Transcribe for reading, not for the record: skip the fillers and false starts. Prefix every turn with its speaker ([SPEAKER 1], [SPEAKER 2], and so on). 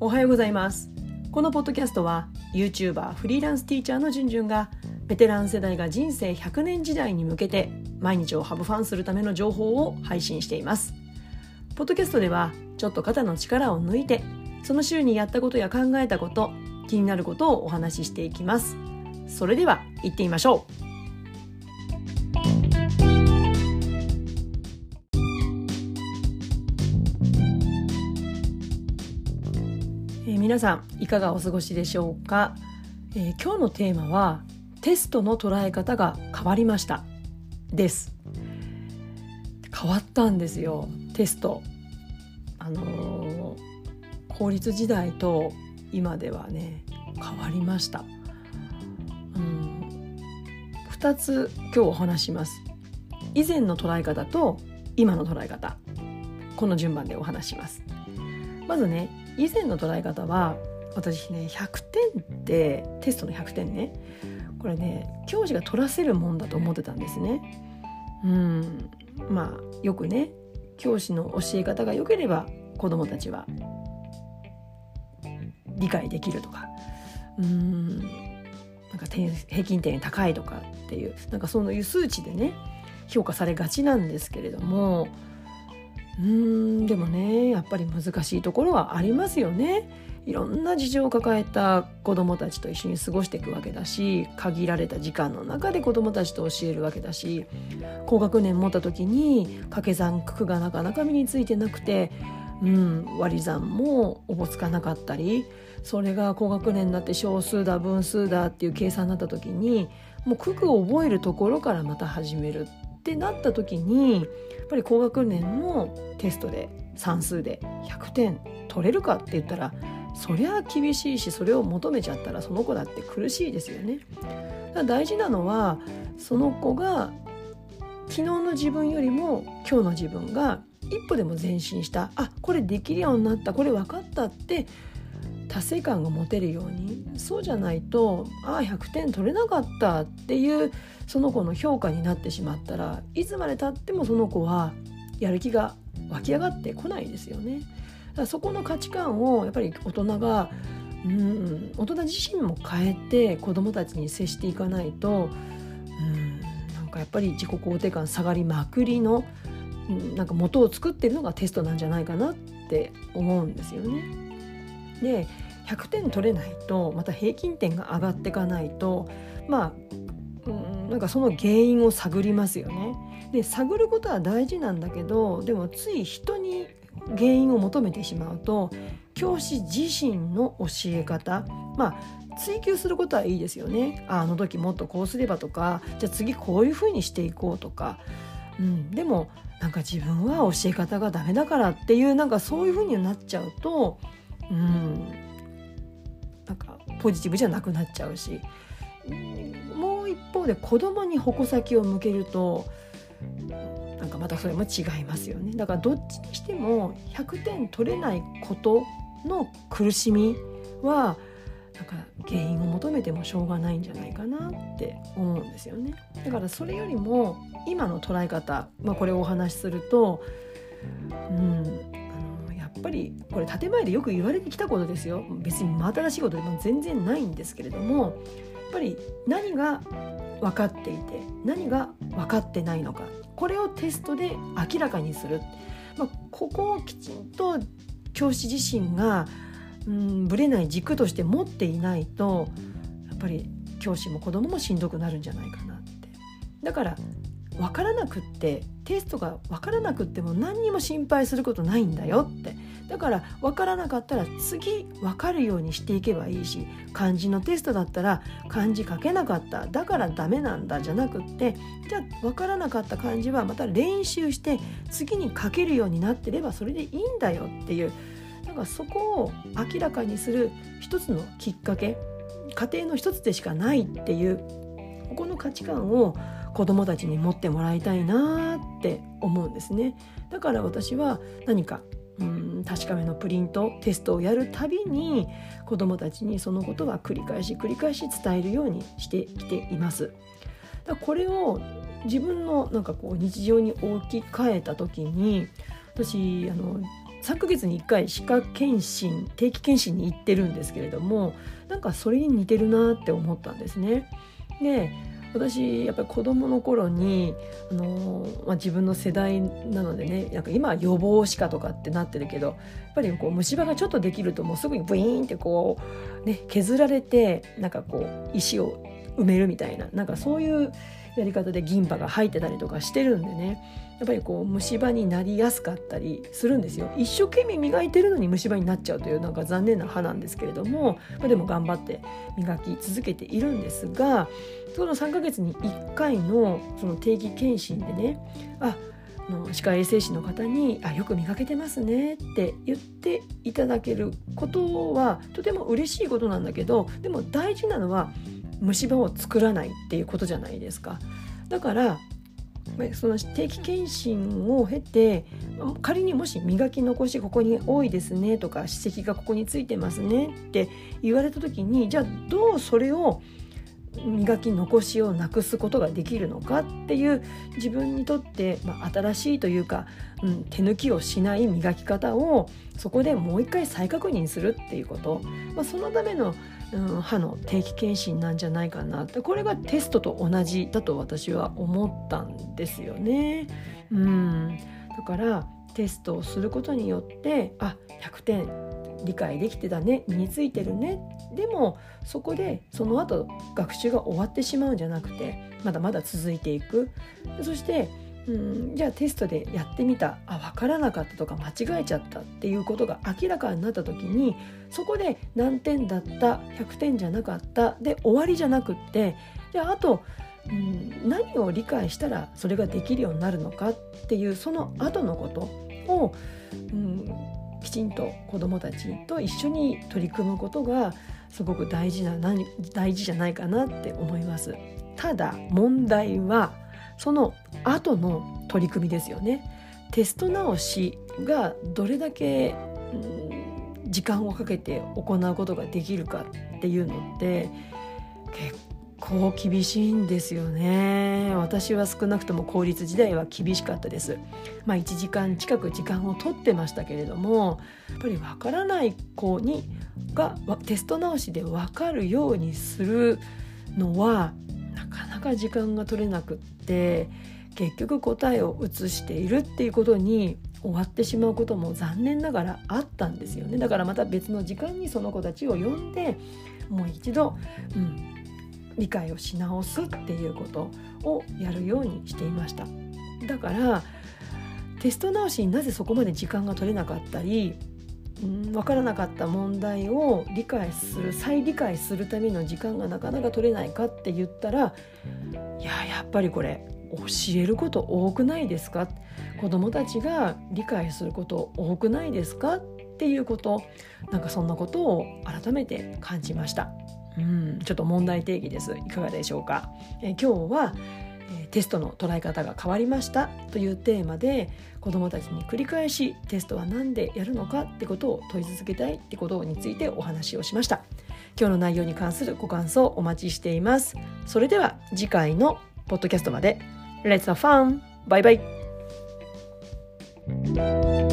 [SPEAKER 1] おはようございます。このポッドキャストは YouTuber フリーランスティーチャーのじゅんじゅんがベテラン世代が人生100年時代に向けて毎日をハブファンするための情報を配信しています。ポッドキャストではちょっと肩の力を抜いてその週にやったことや考えたこと、気になることをお話ししていきます。それでは行ってみましょう。皆さんいかがお過ごしでしょうか。今日のテーマはテストの捉え方が変わりましたです。変わったんですよ。テスト公立時代と今ではね変わりました。2つ今日お話します。以前の捉え方と今の捉え方、この順番でお話します。まずね、以前の捉え方は私ね、100点ってテストの100点ね、これね教師が取らせるもんだと思ってたんですね。まあよくね、教師の教え方が良ければ子どもたちは理解できるとか、なんか平均点高いとかっていう、なんかそういう数値でね評価されがちなんですけれども、でもねやっぱり難しいところはありますよね。いろんな事情を抱えた子どもたちと一緒に過ごしていくわけだし、限られた時間の中で子どもたちと教えるわけだし、高学年持った時に掛け算九九がなかなか身についてなくて、割り算もおぼつかなかったり、それが高学年になって小数だ分数だっていう計算になった時に、もう九九を覚えるところからまた始めるってなった時に、やっぱり高学年のテストで算数で100点取れるかって言ったらそりゃ厳しいし、それを求めちゃったらその子だって苦しいですよね。だから大事なのはその子が昨日の自分よりも今日の自分が一歩でも前進した、これできるようになった、これ分かったって達成感が持てるように、そうじゃないと100点取れなかったっていうその子の評価になってしまったら、いつまで経ってもその子はやる気が湧き上がってこないですよね。だからそこの価値観をやっぱり大人が大人自身も変えて子どもたちに接していかないと、なんかやっぱり自己肯定感下がりまくりのなんか元を作ってるのがテストなんじゃないかなって思うんですよね。で、100点取れないとまた平均点が上がっていかないと、なんかその原因を探りますよね。で、探ることは大事なんだけど、でもつい人に原因を求めてしまうと、教師自身の教え方、追求することはいいですよね。あの時もっとこうすればとか、じゃあ次こういうふうにしていこうとか、でもなんか自分は教え方がダメだからっていう、なんかそういうふうになっちゃうと、なんかポジティブじゃなくなっちゃうし、もう一方で子供に矛先を向けるとなんかまたそれも違いますよね。だからどっちにしても100点取れないことの苦しみはなんか原因を求めてもしょうがないんじゃないかなって思うんですよね。だからそれよりも今の捉え方、これをお話しすると、やっぱりこれ建前でよく言われてきたことですよ。別に真新しいことでも全然ないんですけれども、やっぱり何が分かっていて何が分かってないのか、これをテストで明らかにする、ここをきちんと教師自身がぶれない軸として持っていないと、やっぱり教師も子どももしんどくなるんじゃないかなって。だから分からなくって、テストが分からなくっても何にも心配することないんだよって。だから分からなかったら次分かるようにしていけばいいし、漢字のテストだったら漢字書けなかっただからダメなんだじゃなくって、じゃあ分からなかった漢字はまた練習して次に書けるようになってればそれでいいんだよっていう、だからそこを明らかにする一つのきっかけ、家庭の一つでしかないっていう、ここの価値観を子どもたちに持ってもらいたいなって思うんですね。だから私は何か確かめのプリントテストをやるたびに子どもたちにそのことは繰り返し伝えるようにしてきています。だからこれを自分のなんかこう日常に置き換えた時に、私 3ヶ月に1回歯科検診、定期検診に行ってるんですけれども、なんかそれに似てるなって思ったんですね。で、私やっぱり子どもの頃に、自分の世代なのでね、なんか今は予防歯科とかってなってるけど、やっぱりこう虫歯がちょっとできるともうすぐにブイーンってこう、ね、削られてなんかこう石を埋めるみたいな、なんかそういうやり方で銀歯が入ってたりとかしてるんでね、やっぱりこう虫歯になりやすかったりするんですよ。一生懸命磨いてるのに虫歯になっちゃうというなんか残念な歯なんですけれども、でも頑張って磨き続けているんですが、その3ヶ月に1回のその定期検診でね、歯科衛生士の方によく磨けてますねって言っていただけることはとても嬉しいことなんだけど、でも大事なのは虫歯を作らないっていうことじゃないですか。だからその定期検診を経て、仮にもし磨き残しここに多いですねとか歯石がここについてますねって言われた時に、じゃあどうそれを磨き残しをなくすことができるのかっていう、自分にとって、新しいというか、手抜きをしない磨き方をそこでもう一回再確認するっていうこと、そのための歯の定期検診なんじゃないかなって、これがテストと同じだと私は思ったんですよね。だからテストをすることによって100点理解できてたね、身についてるね、でもそこでその後学習が終わってしまうんじゃなくて、まだまだ続いていく。そしてじゃあテストでやってみた、分からなかったとか間違えちゃったっていうことが明らかになった時に、そこで何点だった、100点じゃなかったで終わりじゃなくって、じゃああと何を理解したらそれができるようになるのかっていう、その後のことをきちんと子どもたちと一緒に取り組むことがすごく大事じゃないかなって思います。ただ問題はその後の取り組みですよね。テスト直しがどれだけ時間をかけて行うことができるかっていうのって結構厳しいんですよね。私は少なくとも公立時代は厳しかったです。1時間近く時間を取ってましたけれども、やっぱり分からない子がテスト直しで分かるようにするのはなかなか時間が取れなくって、結局答えを写しているっていうことに終わってしまうことも残念ながらあったんですよね。だからまた別の時間にその子たちを呼んでもう一度、理解をし直すっていうことをやるようにしていました。だからテスト直しになぜそこまで時間が取れなかったり、分からなかった問題を再理解するための時間がなかなか取れないかって言ったら、やっぱりこれ教えること多くないですか、子どもたちが理解すること多くないですかっていうこと、なんかそんなことを改めて感じました。ちょっと問題定義です。いかがでしょうか。今日はテストの捉え方が変わりましたというテーマで、子どもたちに繰り返しテストは何でやるのかってことを問い続けたいってことについてお話をしました。今日の内容に関するご感想お待ちしています。それでは次回のポッドキャストまで。Let's have fun! バイバイ。